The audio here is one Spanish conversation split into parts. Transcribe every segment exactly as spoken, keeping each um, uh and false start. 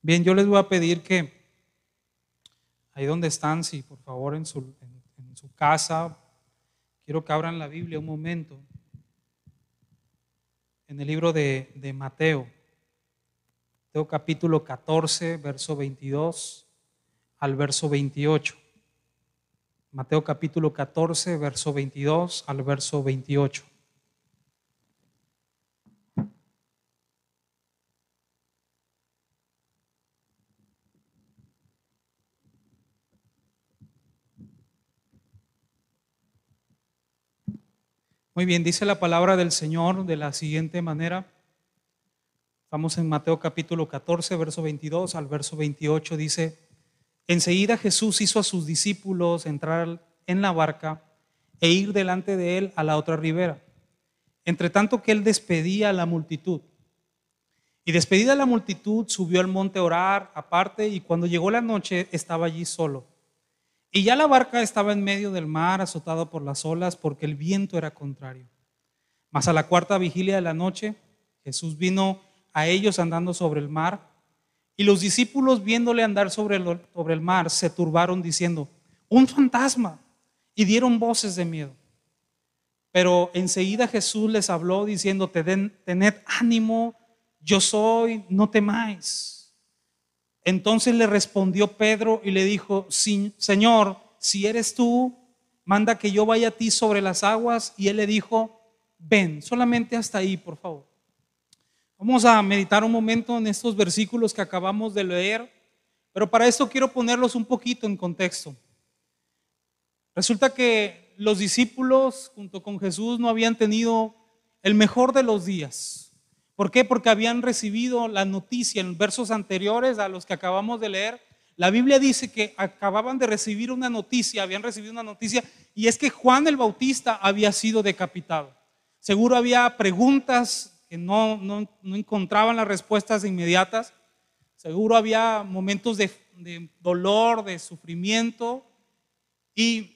Bien, yo les voy a pedir que ahí donde están, si por favor en su, en, en su casa, quiero que abran la Biblia un momento en el libro de, de Mateo, Mateo capítulo catorce, verso veintidós al verso veintiocho. Mateo capítulo catorce, verso veintidós al verso veintiocho. Muy bien, dice la palabra del Señor de la siguiente manera. Estamos en Mateo capítulo catorce, verso veintidós al verso veintiocho. Dice: enseguida Jesús hizo a sus discípulos entrar en la barca e ir delante de él a la otra ribera, entre tanto que él despedía a la multitud. Y despedida la multitud, subió al monte a orar aparte, y cuando llegó la noche estaba allí solo. Y ya la barca estaba en medio del mar, azotada por las olas, porque el viento era contrario. Mas a la cuarta vigilia de la noche, Jesús vino a ellos andando sobre el mar, y los discípulos, viéndole andar sobre el, sobre el mar, se turbaron diciendo: un fantasma, y dieron voces de miedo. Pero enseguida Jesús les habló diciendo: tened ánimo, yo soy, no temáis. Entonces le respondió Pedro y le dijo: Señor, si eres tú, manda que yo vaya a ti sobre las aguas. Y él le dijo: ven. Solamente hasta ahí, por favor. Vamos a meditar un momento en estos versículos que acabamos de leer, pero para esto quiero ponerlos un poquito en contexto. Resulta que los discípulos junto con Jesús no habían tenido el mejor de los días. ¿Por qué? Porque habían recibido la noticia en versos anteriores a los que acabamos de leer. La Biblia dice que acababan de recibir una noticia, habían recibido una noticia, y es que Juan el Bautista había sido decapitado. Seguro había preguntas que no, no, no encontraban las respuestas inmediatas. Seguro había momentos de, de dolor, de sufrimiento. Y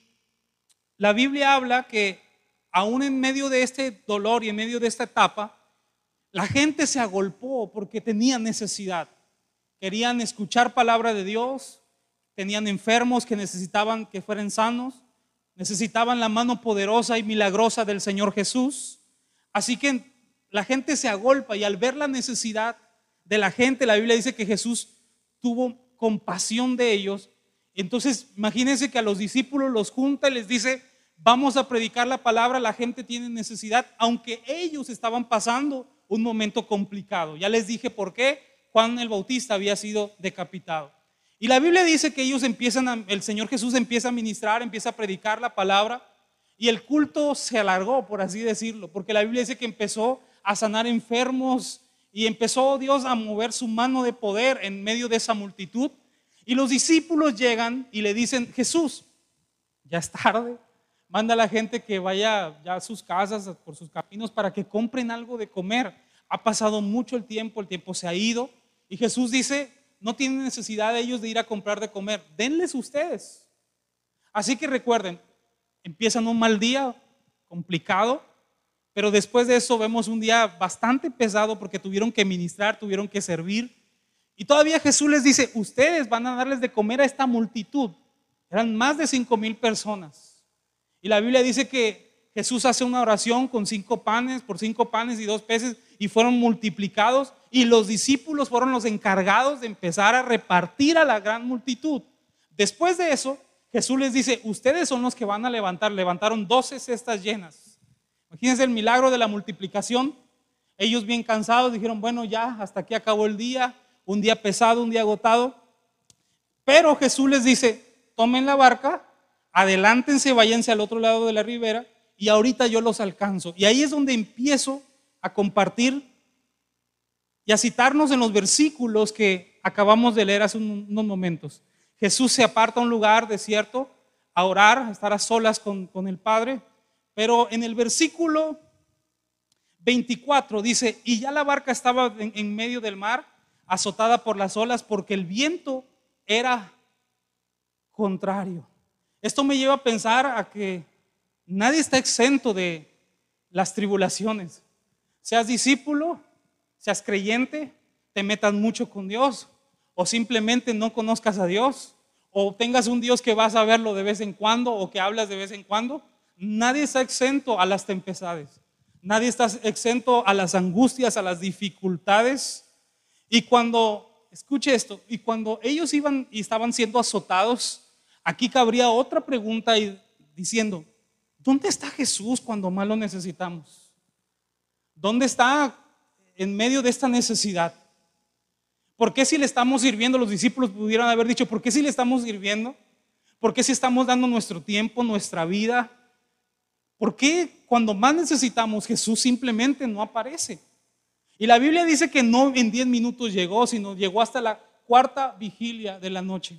la Biblia habla que aún en medio de este dolor y en medio de esta etapa, la gente se agolpó porque tenían necesidad. Querían escuchar palabra de Dios, tenían enfermos que necesitaban que fueran sanos, necesitaban la mano poderosa y milagrosa del Señor Jesús. Así que la gente se agolpa, y al ver la necesidad de la gente, la Biblia dice que Jesús tuvo compasión de ellos. Entonces imagínense que a los discípulos los junta y les dice: vamos a predicar la palabra, la gente tiene necesidad, aunque ellos estaban pasando un momento complicado. Ya les dije por qué Juan el Bautista había sido decapitado. Y la Biblia dice que ellos empiezan a, el Señor Jesús empieza a ministrar, empieza a predicar la palabra, y el culto se alargó, por así decirlo, porque la Biblia dice que empezó a sanar enfermos y empezó Dios a mover su mano de poder en medio de esa multitud. Y los discípulos llegan y le dicen: Jesús, ya es tarde, manda a la gente que vaya ya a sus casas, por sus caminos, para que compren algo de comer. Ha pasado mucho el tiempo, el tiempo se ha ido. Y Jesús dice: no tienen necesidad de ellos de ir a comprar de comer, denles ustedes. Así que recuerden, empiezan un mal día, complicado, pero después de eso vemos un día bastante pesado porque tuvieron que ministrar, tuvieron que servir. Y todavía Jesús les dice: ustedes van a darles de comer a esta multitud. Eran más de cinco mil personas. Y la Biblia dice que Jesús hace una oración con cinco panes, por cinco panes y dos peces, y fueron multiplicados, y los discípulos fueron los encargados de empezar a repartir a la gran multitud. Después de eso, Jesús les dice: ustedes son los que van a levantar. Levantaron doce cestas llenas. Imagínense el milagro de la multiplicación. Ellos, bien cansados, dijeron: bueno, ya hasta aquí acabó el día, un día pesado, un día agotado. Pero Jesús les dice: tomen la barca, adelántense, váyanse al otro lado de la ribera, y ahorita yo los alcanzo. Y ahí es donde empiezo a compartir y a citarnos en los versículos que acabamos de leer hace unos momentos. Jesús se aparta a un lugar desierto a orar, a estar a solas con, con el Padre. Pero en el versículo veinticuatro dice: y ya la barca estaba en, en medio del mar, azotada por las olas, porque el viento era contrario. Esto me lleva a pensar a que nadie está exento de las tribulaciones. Seas discípulo, seas creyente, te metas mucho con Dios, o simplemente no conozcas a Dios, o tengas un Dios que vas a verlo de vez en cuando o que hablas de vez en cuando. Nadie está exento a las tempestades, nadie está exento a las angustias, a las dificultades. Y cuando, escuche esto, y cuando ellos iban y estaban siendo azotados, aquí cabría otra pregunta y diciendo, ¿dónde está Jesús cuando más lo necesitamos? ¿Dónde está en medio de esta necesidad? ¿Por qué si le estamos sirviendo? Los discípulos pudieran haber dicho, ¿por qué si le estamos sirviendo? ¿Por qué si estamos dando nuestro tiempo, nuestra vida? ¿Por qué cuando más necesitamos Jesús simplemente no aparece? Y la Biblia dice que no en diez minutos llegó, sino llegó hasta la cuarta vigilia de la noche.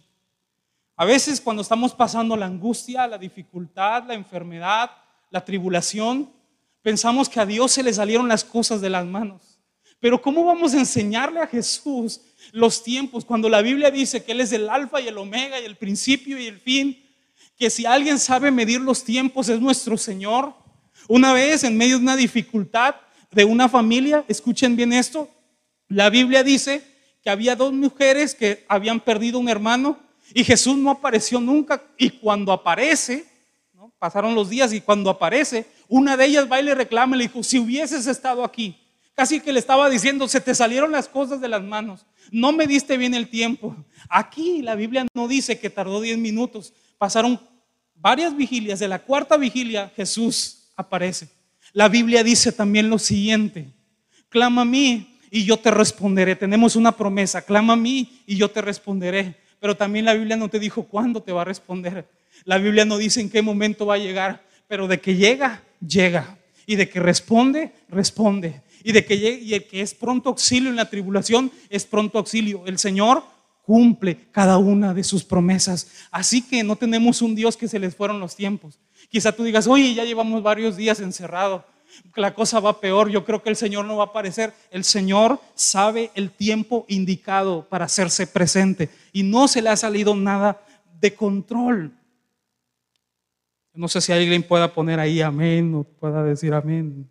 A veces cuando estamos pasando la angustia, la dificultad, la enfermedad, la tribulación, pensamos que a Dios se le salieron las cosas de las manos. Pero ¿cómo vamos a enseñarle a Jesús los tiempos cuando la Biblia dice que Él es el alfa y el omega y el principio y el fin? Que si alguien sabe medir los tiempos es nuestro Señor. Una vez en medio de una dificultad de una familia, escuchen bien esto, la Biblia dice que había dos mujeres que habían perdido un hermano y Jesús no apareció nunca, y cuando aparece, ¿no? Pasaron los días y cuando aparece, una de ellas va y le reclama y le dijo, si hubieses estado aquí. Casi que le estaba diciendo, se te salieron las cosas de las manos, no me diste bien el tiempo. Aquí la Biblia no dice que tardó diez minutos, pasaron varias vigilias. De la cuarta vigilia Jesús aparece. La Biblia dice también lo siguiente, clama a mí y yo te responderé. Tenemos una promesa, clama a mí y yo te responderé. Pero también la Biblia no te dijo cuándo te va a responder. La Biblia no dice en qué momento va a llegar, pero de que llega, llega. Y de que responde, responde. Y de que llegue, y el que es pronto auxilio en la tribulación, es pronto auxilio. El Señor cumple cada una de sus promesas. Así que no tenemos un Dios que se les fueron los tiempos. Quizá tú digas, oye, ya llevamos varios días encerrados, la cosa va peor, yo creo que el Señor no va a aparecer. El Señor sabe el tiempo indicado para hacerse presente y no se le ha salido nada de control. No sé si alguien pueda poner ahí amén o pueda decir amén.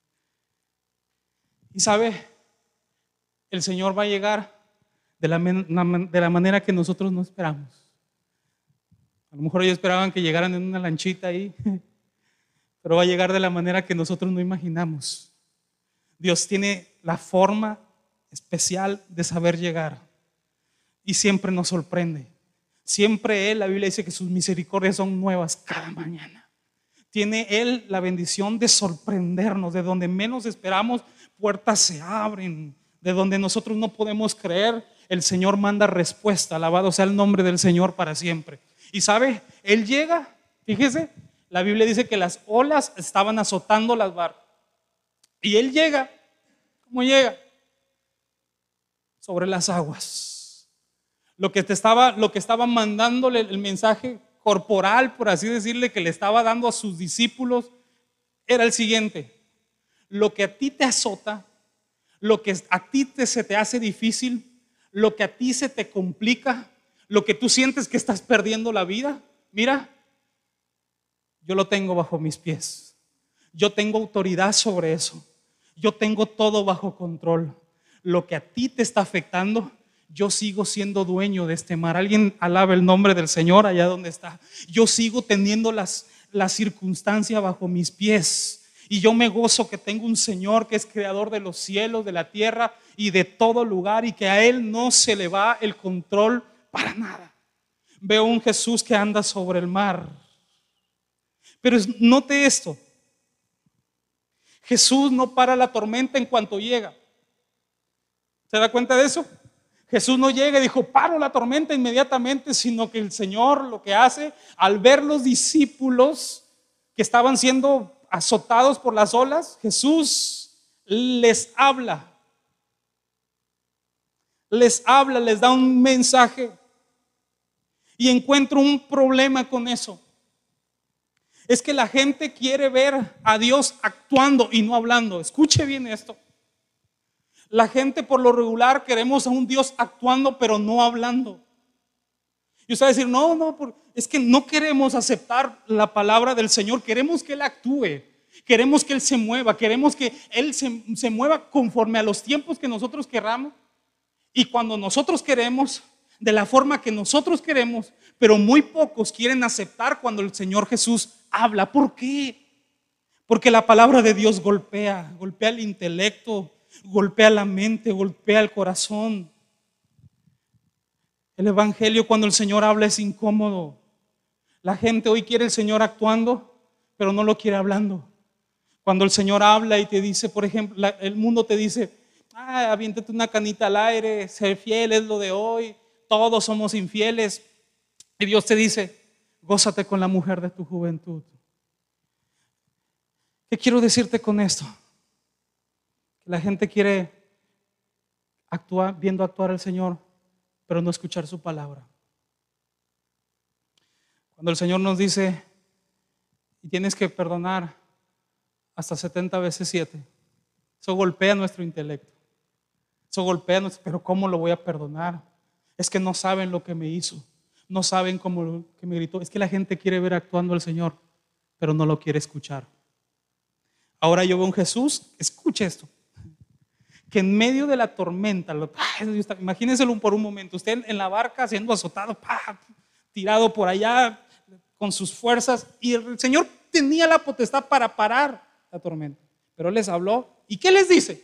Y sabe, el Señor va a llegar de la, de la manera que nosotros no esperamos. A lo mejor ellos esperaban que llegaran en una lanchita ahí, pero va a llegar de la manera que nosotros no imaginamos. Dios tiene la forma especial de saber llegar y siempre nos sorprende. Siempre Él, la Biblia dice que sus misericordias son nuevas cada mañana. Tiene Él la bendición de sorprendernos. De donde menos esperamos, puertas se abren. De donde nosotros no podemos creer, el Señor manda respuesta. Alabado sea el nombre del Señor para siempre. Y sabe, Él llega, fíjese, la Biblia dice que las olas estaban azotando las barcas. Y Él llega, ¿cómo llega? Sobre las aguas. Lo que te estaba, lo que estaba mandándole el mensaje corporal, por así decirle, que le estaba dando a sus discípulos, era el siguiente: lo que a ti te azota, lo que a ti te, se te hace difícil, lo que a ti se te complica, lo que tú sientes que estás perdiendo la vida, mira, yo lo tengo bajo mis pies. Yo tengo autoridad sobre eso. Yo tengo todo bajo control. Lo que a ti te está afectando, yo sigo siendo dueño de este mar. Alguien alabe el nombre del Señor allá donde está. Yo sigo teniendo las, la circunstancia bajo mis pies. Y yo me gozo que tengo un Señor que es creador de los cielos, de la tierra y de todo lugar, y que a Él no se le va el control para nada. Veo un Jesús que anda sobre el mar. Pero note esto: Jesús no para la tormenta en cuanto llega. ¿Se da cuenta de eso? Jesús no llega y dijo, paro la tormenta inmediatamente, sino que el Señor lo que hace, al ver los discípulos que estaban siendo azotados por las olas, Jesús les habla. Les habla, les da un mensaje. Y encuentro un problema con eso. Es que la gente quiere ver a Dios actuando y no hablando. Escuche bien esto. La gente por lo regular queremos a un Dios actuando pero no hablando. Y usted va a decir, no, no, es que no queremos aceptar la palabra del Señor. Queremos que Él actúe. Queremos que Él se mueva. Queremos que Él se, se mueva conforme a los tiempos que nosotros querramos. Y cuando nosotros queremos, de la forma que nosotros queremos, pero muy pocos quieren aceptar cuando el Señor Jesús habla. ¿Por qué? Porque la palabra de Dios golpea, golpea el intelecto, golpea la mente, golpea el corazón. El evangelio, cuando el Señor habla, es incómodo. La gente hoy quiere el Señor actuando, pero no lo quiere hablando. Cuando el Señor habla y te dice, por ejemplo, la, el mundo te dice, ah, aviéntate una canita al aire, ser fiel es lo de hoy, todos somos infieles. Y Dios te dice, gózate con la mujer de tu juventud. ¿Qué quiero decirte con esto? Que la gente quiere actuar, viendo actuar al Señor, pero no escuchar su palabra. Cuando el Señor nos dice, y tienes que perdonar hasta setenta veces siete, eso golpea nuestro intelecto. Eso golpea nuestro, pero ¿cómo lo voy a perdonar? Es que no saben lo que me hizo, no saben cómo lo que me gritó. Es que la gente quiere ver actuando al Señor, pero no lo quiere escuchar. Ahora yo veo un Jesús, escuche esto, que en medio de la tormenta, imagínenselo por un momento, usted en la barca siendo azotado, ¡pah!, tirado por allá con sus fuerzas, y el Señor tenía la potestad para parar la tormenta, pero Él les habló. ¿Y qué les dice?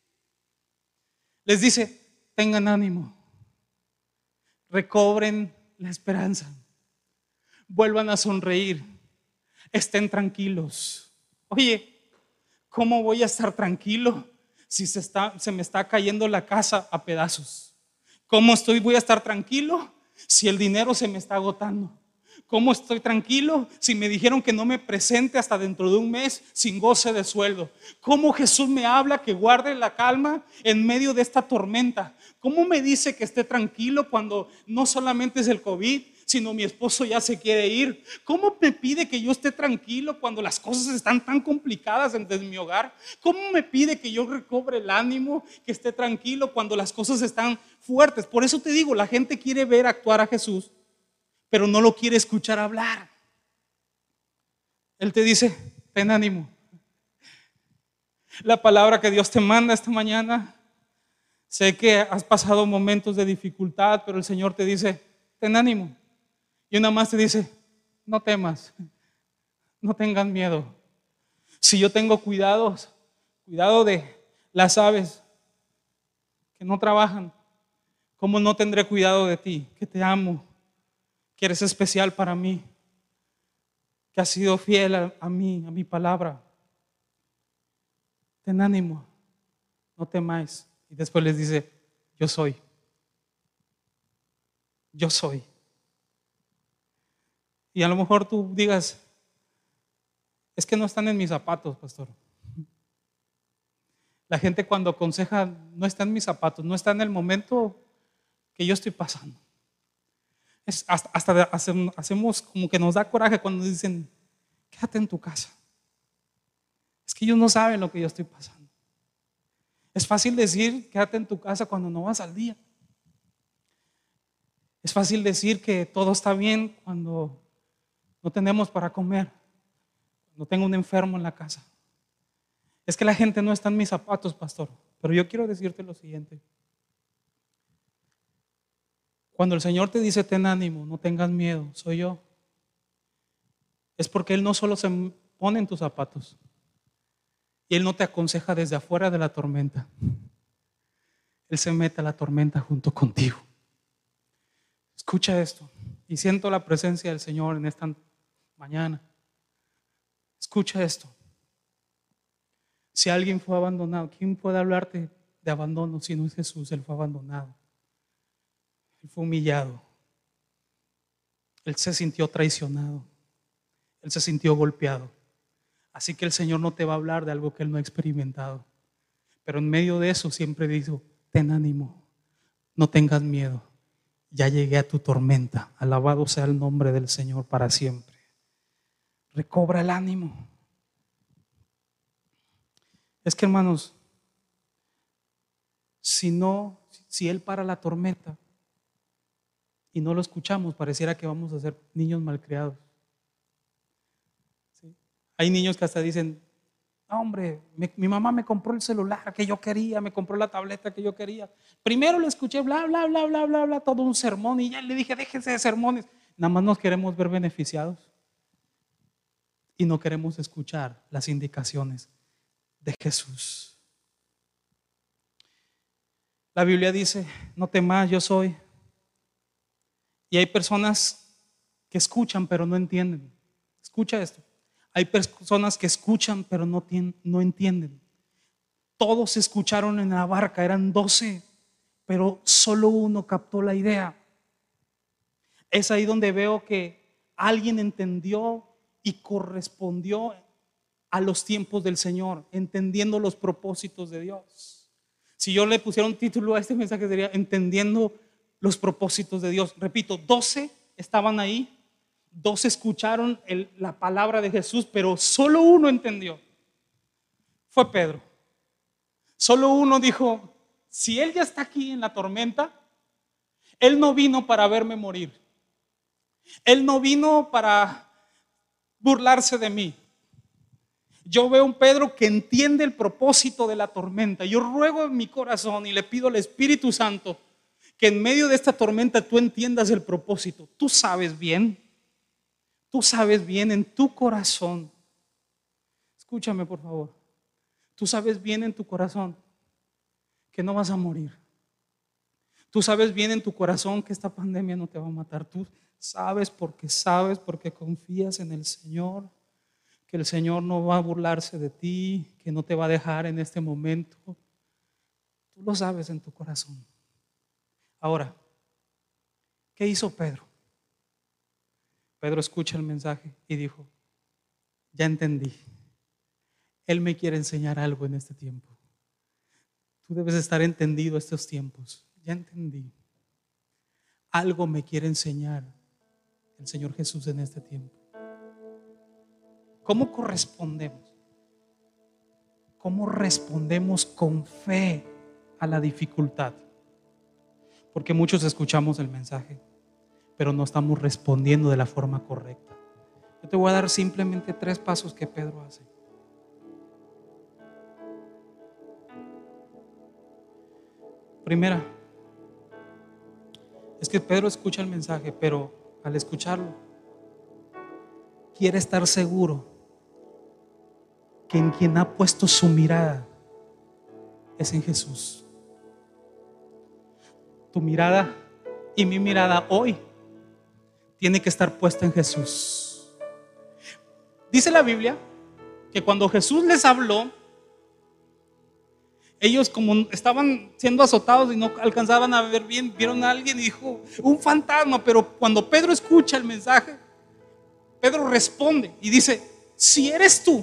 Les dice, tengan ánimo, recobren la esperanza, vuelvan a sonreír, estén tranquilos. Oye, ¿cómo voy a estar tranquilo si se, está, se me está cayendo la casa a pedazos? ¿Cómo estoy, voy a estar tranquilo si el dinero se me está agotando? ¿Cómo estoy tranquilo si me dijeron que no me presente hasta dentro de un mes sin goce de sueldo? ¿Cómo Jesús me habla que guarde la calma en medio de esta tormenta? ¿Cómo me dice que esté tranquilo cuando no solamente es el COVID, sino mi esposo ya se quiere ir? ¿Cómo me pide que yo esté tranquilo cuando las cosas están tan complicadas en mi hogar? ¿Cómo me pide que yo recobre el ánimo, que esté tranquilo cuando las cosas están fuertes? Por eso te digo, la gente quiere ver actuar a Jesús, pero no lo quiere escuchar hablar. Él te dice, ten ánimo. La palabra que Dios te manda esta mañana, sé que has pasado momentos de dificultad, pero el Señor te dice, ten ánimo. Y una más te dice, no temas, no tengan miedo. Si yo tengo cuidados, cuidado de las aves que no trabajan, ¿cómo no tendré cuidado de ti, que te amo, que eres especial para mí, que has sido fiel a, a mí, a mi palabra? Ten ánimo, no temáis. Y después les dice, yo soy, yo soy. Y a lo mejor tú digas, es que no están en mis zapatos, pastor. La gente cuando aconseja no está en mis zapatos, no está en el momento que yo estoy pasando. Es hasta, hasta hacemos como que nos da coraje cuando dicen, quédate en tu casa. Es que ellos no saben lo que yo estoy pasando. Es fácil decir, quédate en tu casa cuando no vas al día. Es fácil decir que todo está bien cuando no tenemos para comer, no tengo un enfermo en la casa. Es que la gente no está en mis zapatos, pastor. Pero yo quiero decirte lo siguiente. Cuando el Señor te dice, ten ánimo, no tengas miedo, soy yo, es porque Él no solo se pone en tus zapatos y Él no te aconseja desde afuera de la tormenta. Él se mete a la tormenta junto contigo. Escucha esto, y siento la presencia del Señor en esta mañana. Escucha esto. Si alguien fue abandonado, ¿quién puede hablarte de abandono si no es Jesús? Él fue abandonado, Él fue humillado, Él se sintió traicionado, Él se sintió golpeado. Así que el Señor no te va a hablar de algo que Él no ha experimentado. Pero en medio de eso siempre dijo, ten ánimo, no tengas miedo, ya llegué a tu tormenta. Alabado sea el nombre del Señor para siempre. Recobra el ánimo. Es que, hermanos, si no, si Él para la tormenta y no lo escuchamos, pareciera que vamos a ser niños malcriados. ¿Sí? Hay niños que hasta dicen, No, hombre, me- mi mamá me compró el celular que yo quería, me compró la tableta que yo quería. Primero le escuché bla, bla, bla, bla, bla, bla, todo un sermón y ya le dije, déjese de sermones. Nada más nos queremos ver beneficiados y no queremos escuchar las indicaciones de Jesús. La Biblia dice, no temas, yo soy. Y hay personas que escuchan pero no entienden. Escucha esto. Hay personas que escuchan pero no, tien- no entienden. Todos escucharon en la barca, eran doce, pero solo uno captó la idea. Es ahí donde veo que alguien entendió y correspondió a los tiempos del Señor, entendiendo los propósitos de Dios. Si yo le pusiera un título a este mensaje sería entendiendo los propósitos de Dios. Repito, doce estaban ahí, doce escucharon el- la palabra de Jesús, pero solo uno entendió. Fue Pedro. Solo uno dijo, si él ya está aquí en la tormenta, él no vino para verme morir. Él no vino para burlarse de mí. Yo veo un Pedro que entiende el propósito de la tormenta. Yo ruego en mi corazón y le pido al Espíritu Santo que en medio de esta tormenta tú entiendas el propósito. Tú sabes bien, tú sabes bien en tu corazón. Escúchame por favor. Tú sabes bien en tu corazón que no vas a morir. Tú sabes bien en tu corazón que esta pandemia no te va a matar. Tú sabes porque sabes, porque confías en el Señor, que el Señor no va a burlarse de ti, que no te va a dejar en este momento. Tú lo sabes en tu corazón. Ahora, ¿qué hizo Pedro? Pedro escucha el mensaje y dijo, ya entendí. Él me quiere enseñar algo en este tiempo. Tú debes estar entendido estos tiempos. Ya entendí. Algo me quiere enseñar el Señor Jesús en este tiempo. ¿Cómo correspondemos? ¿Cómo respondemos con fe a la dificultad? Porque muchos escuchamos el mensaje, pero no estamos respondiendo de la forma correcta. Yo te voy a dar simplemente tres pasos que Pedro hace. Primera, es que Pedro escucha el mensaje, pero al escucharlo, quiere estar seguro que en quien ha puesto su mirada es en Jesús. Tu mirada y mi mirada hoy tiene que estar puesta en Jesús. Dice la Biblia que cuando Jesús les habló, ellos como estaban siendo azotados y no alcanzaban a ver bien, vieron a alguien y dijo, un fantasma. Pero cuando Pedro escucha el mensaje, Pedro responde y dice, si eres tú,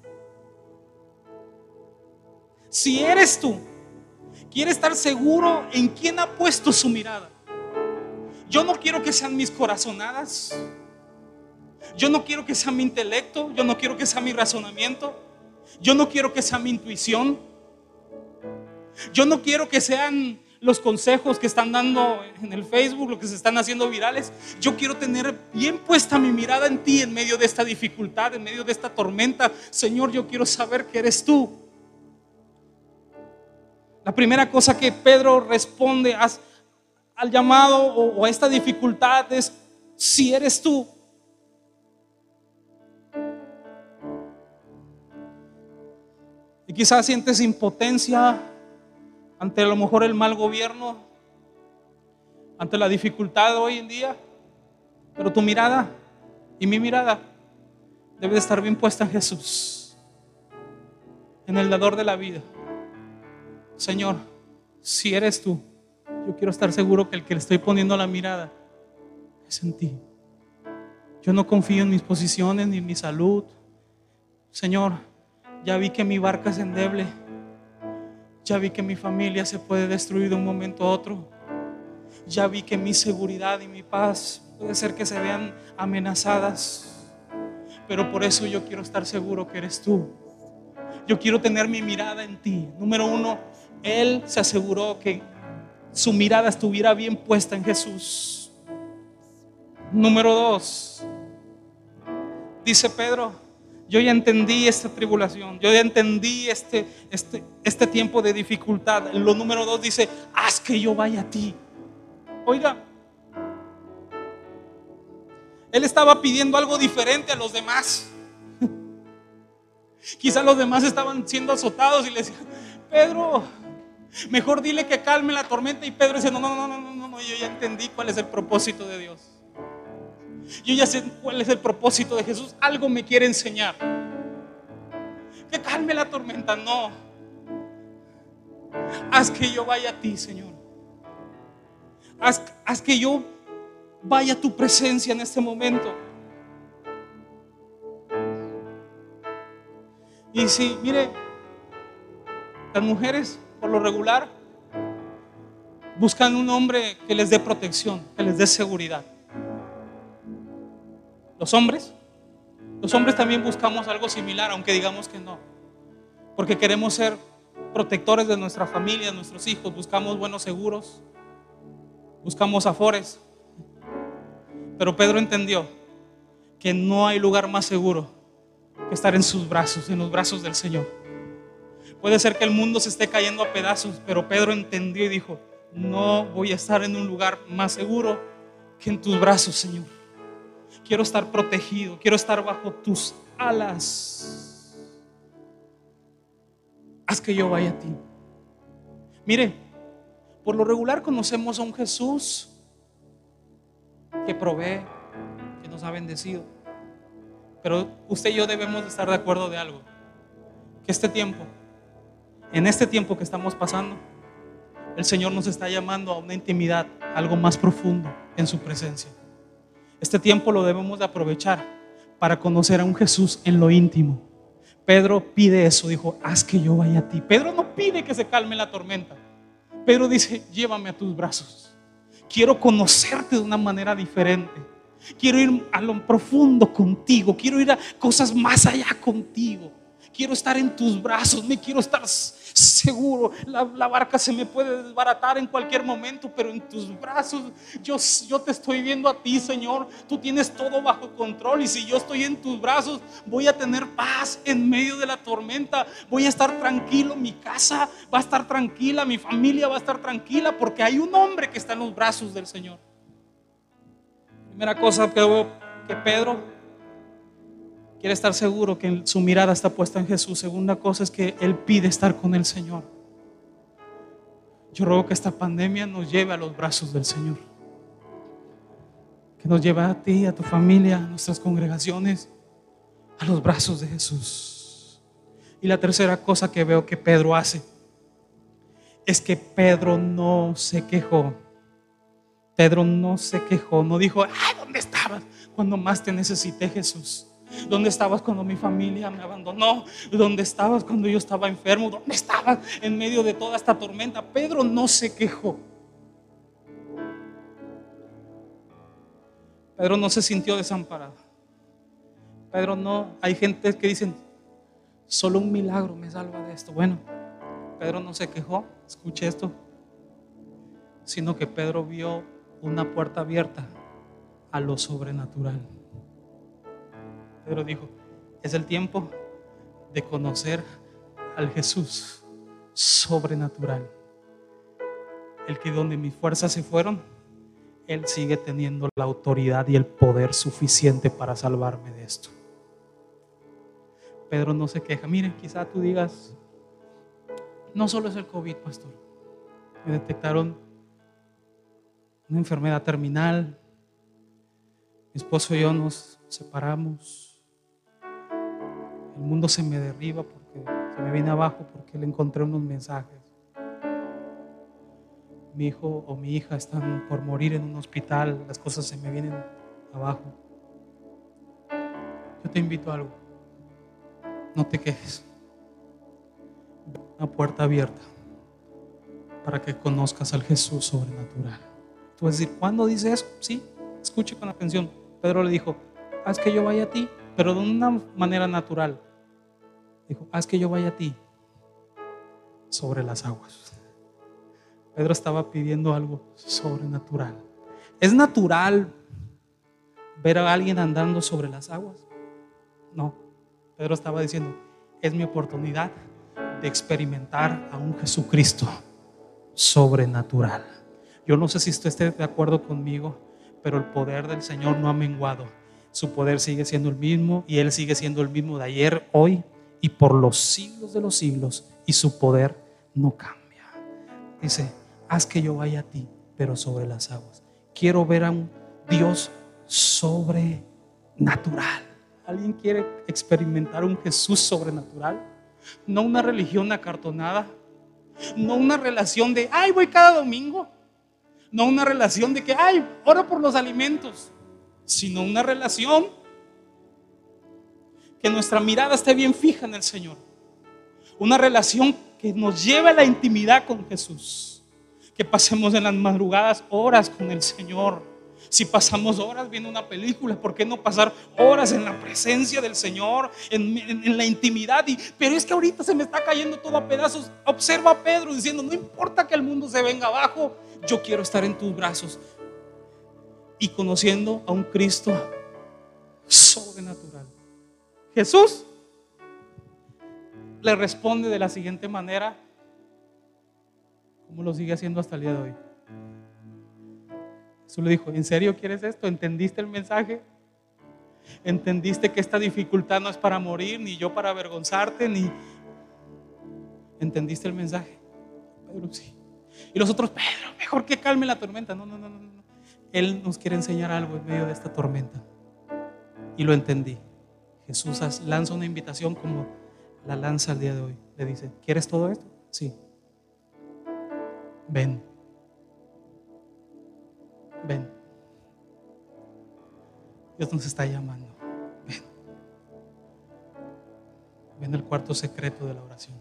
si eres tú, quiere estar seguro en quién ha puesto su mirada. Yo no quiero que sean mis corazonadas, yo no quiero que sea mi intelecto, yo no quiero que sea mi razonamiento, yo no quiero que sea mi intuición, yo no quiero que sean los consejos que están dando en el Facebook, lo que se están haciendo virales. Yo quiero tener bien puesta mi mirada en ti en medio de esta dificultad, en medio de esta tormenta. Señor, yo quiero saber que eres tú. La primera cosa que Pedro responde a, al llamado o, o a esta dificultad es, si eres tú. Y quizás sientes impotencia ante a lo mejor el mal gobierno, ante la dificultad hoy en día, pero tu mirada y mi mirada debe de estar bien puesta en Jesús, en el dador de la vida. Señor, si eres tú, yo quiero estar seguro que el que le estoy poniendo la mirada es en ti. Yo no confío en mis posiciones ni en mi salud. Señor, ya vi que mi barca es endeble. Ya vi que mi familia se puede destruir de un momento a otro. Ya vi que mi seguridad y mi paz puede ser que se vean amenazadas. Pero por eso yo quiero estar seguro que eres tú. Yo quiero tener mi mirada en ti. Número uno, él se aseguró que su mirada estuviera bien puesta en Jesús. Número dos, dice Pedro, Yo ya entendí esta tribulación, yo ya entendí este, este, este tiempo de dificultad. Lo número dos dice, haz que yo vaya a ti. Oiga, él estaba pidiendo algo diferente a los demás. Quizás los demás estaban siendo azotados y le decían, Pedro, mejor dile que calme la tormenta. Y Pedro dice, no, no, no, no, no, no, yo ya entendí cuál es el propósito de Dios. Yo ya sé cuál es el propósito de Jesús. Algo me quiere enseñar. Que calme la tormenta, no. Haz que yo vaya a ti, Señor. Haz, haz que yo vaya a tu presencia en este momento. Y si, mire, las mujeres por lo regular buscan un hombre que les dé protección, que les dé seguridad. Los hombres, los hombres también buscamos algo similar, aunque digamos que no, porque queremos ser protectores de nuestra familia, de nuestros hijos. Buscamos buenos seguros, buscamos afores. Pero Pedro entendió que no hay lugar más seguro que estar en sus brazos, en los brazos del Señor. Puede ser que el mundo se esté cayendo a pedazos, pero Pedro entendió y dijo, no voy a estar en un lugar más seguro que en tus brazos, Señor. Quiero estar protegido, quiero estar bajo tus alas. Haz que yo vaya a ti. Mire, por lo regular conocemos a un Jesús que provee, que nos ha bendecido. Pero usted y yo debemos de estar de acuerdo de algo, que este tiempo, en este tiempo que estamos pasando, el Señor nos está llamando a una intimidad, algo más profundo en su presencia. Este tiempo lo debemos de aprovechar para conocer a un Jesús en lo íntimo. Pedro pide eso, dijo, haz que yo vaya a ti. Pedro no pide que se calme la tormenta. Pedro dice, llévame a tus brazos. Quiero conocerte de una manera diferente. Quiero ir a lo profundo contigo. Quiero ir a cosas más allá contigo. Quiero estar en tus brazos. Me quiero estar seguro. La, la barca se me puede desbaratar en cualquier momento, pero en tus brazos yo, yo te estoy viendo a ti, Señor. Tú tienes todo bajo control. Y si yo estoy en tus brazos, voy a tener paz en medio de la tormenta. Voy a estar tranquilo. Mi casa va a estar tranquila. Mi familia va a estar tranquila, porque hay un hombre que está en los brazos del Señor. Primera cosa que veo, que Pedro quiere estar seguro que su mirada está puesta en Jesús. Segunda cosa es que él pide estar con el Señor. Yo ruego que esta pandemia nos lleve a los brazos del Señor, que nos lleve a ti, a tu familia, a nuestras congregaciones, a los brazos de Jesús. Y la tercera cosa que veo que Pedro hace es que Pedro no se quejó. Pedro no se quejó, no dijo, ay, ¿dónde estabas cuando más te necesité, Jesús? ¿Dónde estabas cuando mi familia me abandonó? ¿Dónde estabas cuando yo estaba enfermo? ¿Dónde estabas en medio de toda esta tormenta? Pedro no se quejó. Pedro no se sintió desamparado. Pedro no, hay gente que dicen, solo un milagro me salva de esto. Bueno, Pedro no se quejó, escuche esto, sino que Pedro vio una puerta abierta a lo sobrenatural. Pedro dijo, es el tiempo de conocer al Jesús sobrenatural, el que donde mis fuerzas se fueron, Él sigue teniendo la autoridad y el poder suficiente para salvarme de esto. Pedro no se queja. Miren, quizá tú digas, no solo es el COVID, pastor, me detectaron una enfermedad terminal, mi esposo y yo nos separamos, el mundo se me derriba porque se me viene abajo porque le encontré unos mensajes. Mi hijo o mi hija están por morir en un hospital, las cosas se me vienen abajo. Yo te invito a algo, no te quejes. Una puerta abierta para que conozcas al Jesús sobrenatural. Tú vas a decir, ¿cuándo dice eso? Sí, escuche con atención. Pedro le dijo, haz que yo vaya a ti, pero de una manera natural. Dijo, haz que yo vaya a ti sobre las aguas. Pedro estaba pidiendo algo sobrenatural. ¿Es natural ver a alguien andando sobre las aguas? No, Pedro estaba diciendo: es mi oportunidad de experimentar a un Jesucristo sobrenatural. Yo no sé si usted esté de acuerdo conmigo, pero el poder del Señor no ha menguado. Su poder sigue siendo el mismo, y Él sigue siendo el mismo de ayer, hoy y por los siglos de los siglos, y su poder no cambia. Dice: haz que yo vaya a ti, pero sobre las aguas. Quiero ver a un Dios sobrenatural. ¿Alguien quiere experimentar un Jesús sobrenatural? No una religión acartonada, no una relación de ay, voy cada domingo, no una relación de que ay, oro por los alimentos, sino una relación que nuestra mirada esté bien fija en el Señor. Una relación que nos lleve a la intimidad con Jesús, que pasemos en las madrugadas horas con el Señor. Si pasamos horas viendo una película, ¿por qué no pasar horas en la presencia del Señor, en, en, en la intimidad? Y, pero es que ahorita se me está cayendo todo a pedazos. Observa a Pedro diciendo: no importa que el mundo se venga abajo, yo quiero estar en tus brazos. Y conociendo a un Cristo sobrenatural. Jesús le responde de la siguiente manera, como lo sigue haciendo hasta el día de hoy. Jesús le dijo: ¿en serio quieres esto? ¿Entendiste el mensaje? ¿Entendiste que esta dificultad no es para morir, ni yo para avergonzarte, ni... ¿Entendiste el mensaje? Pedro, sí. Y los otros: Pedro, mejor que calme la tormenta. No, no, no, no, no. Él nos quiere enseñar algo en medio de esta tormenta. Y lo entendí. Jesús lanza una invitación como la lanza el día de hoy. Le dice: ¿quieres todo esto? Sí. Ven. Ven. Dios nos está llamando. Ven. Ven al cuarto secreto de la oración.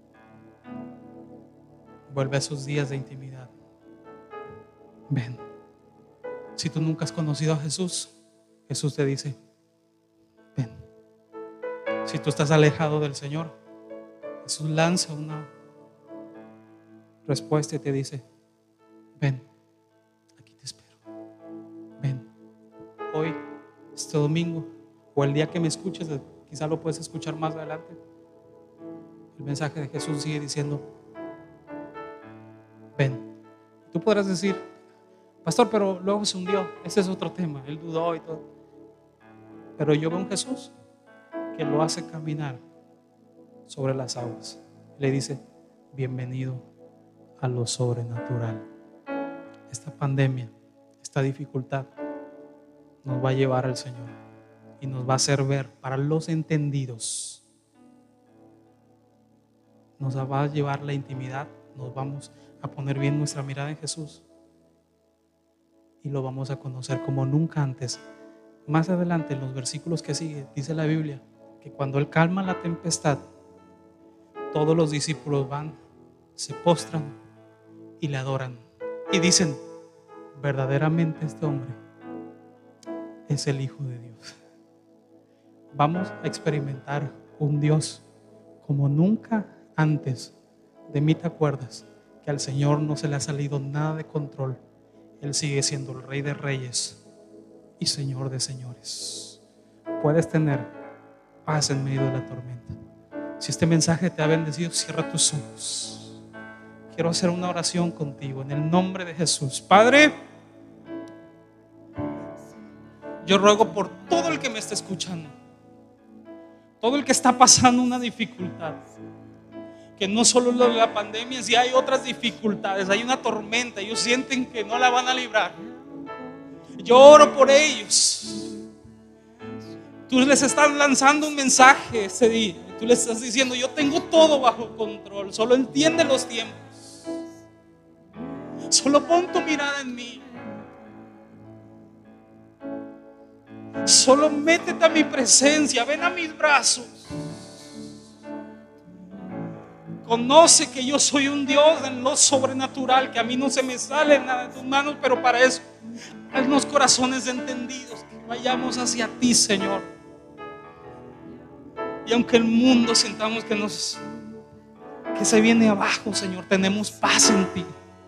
Vuelve a esos días de intimidad. Ven. Si tú nunca has conocido a Jesús, Jesús te dice: ven. Si tú estás alejado del Señor, Jesús lanza una respuesta y te dice: ven, aquí te espero. Ven. Hoy, este domingo, o el día que me escuches, quizá lo puedes escuchar más adelante, el mensaje de Jesús sigue diciendo: ven. Tú podrás decir: pastor, pero luego se hundió. Ese es otro tema. Él dudó y todo. Pero yo veo un Jesús que lo hace caminar sobre las aguas. Le dice: bienvenido a lo sobrenatural. Esta pandemia, esta dificultad nos va a llevar al Señor y nos va a hacer ver, para los entendidos, nos va a llevar la intimidad. Nos vamos a poner bien nuestra mirada en Jesús y lo vamos a conocer como nunca antes. Más adelante, en los versículos que sigue, dice la Biblia que cuando Él calma la tempestad, todos los discípulos van, se postran y le adoran y dicen: verdaderamente este hombre es el Hijo de Dios. Vamos a experimentar un Dios como nunca antes. De mí te acuerdas que al Señor no se le ha salido nada de control. Él sigue siendo el Rey de Reyes y Señor de señores. Puedes tener paz en medio de la tormenta. Si este mensaje te ha bendecido, cierra tus ojos. Quiero hacer una oración contigo en el nombre de Jesús. Padre, yo ruego por todo el que me está escuchando, todo el que está pasando una dificultad, que no solo lo de la pandemia, si hay otras dificultades, hay una tormenta, ellos sienten que no la van a librar. Yo oro por ellos. Tú les estás lanzando un mensaje ese día. Tú les estás diciendo: yo tengo todo bajo control, solo entiende los tiempos. Solo pon tu mirada en mí. Solo métete a mi presencia, ven a mis brazos. Conoce que yo soy un Dios en lo sobrenatural, que a mí no se me sale nada de tus manos, pero para eso haznos corazones entendidos, que vayamos hacia ti, Señor. Y aunque el mundo sintamos que nos que se viene abajo, Señor, tenemos paz en ti.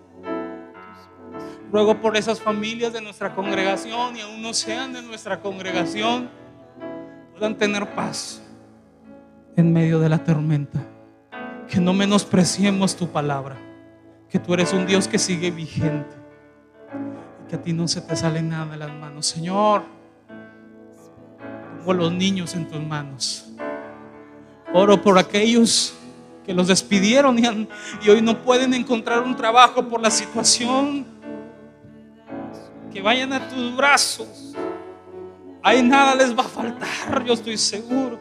Ruego por esas familias de nuestra congregación, y aún no sean de nuestra congregación, puedan tener paz. en medio de la tormenta. Que no menospreciemos tu palabra, que tú eres un Dios que sigue vigente y que a ti no se te sale nada de las manos. Señor, pongo a los niños en tus manos. Oro por aquellos que los despidieron y, han, y hoy no pueden encontrar un trabajo por la situación. Que vayan a tus brazos. Ahí nada les va a faltar, yo estoy seguro.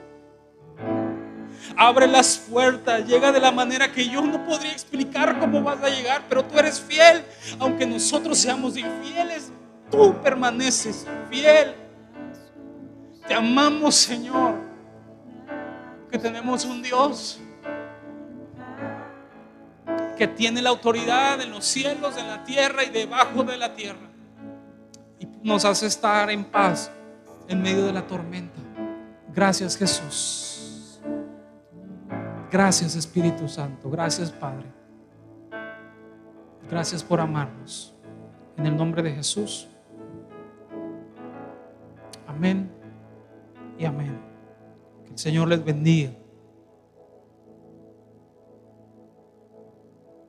Abre las puertas, llega de la manera que yo no podría explicar cómo vas a llegar, pero tú eres fiel. Aunque nosotros seamos infieles, tú permaneces fiel. Te amamos, Señor, que tenemos un Dios que tiene la autoridad en los cielos, en la tierra y debajo de la tierra, y nos hace estar en paz en medio de la tormenta. Gracias, Jesús. Gracias, Espíritu Santo. Gracias, Padre. Gracias por amarnos. En el nombre de Jesús. Amén y amén. Que el Señor les bendiga.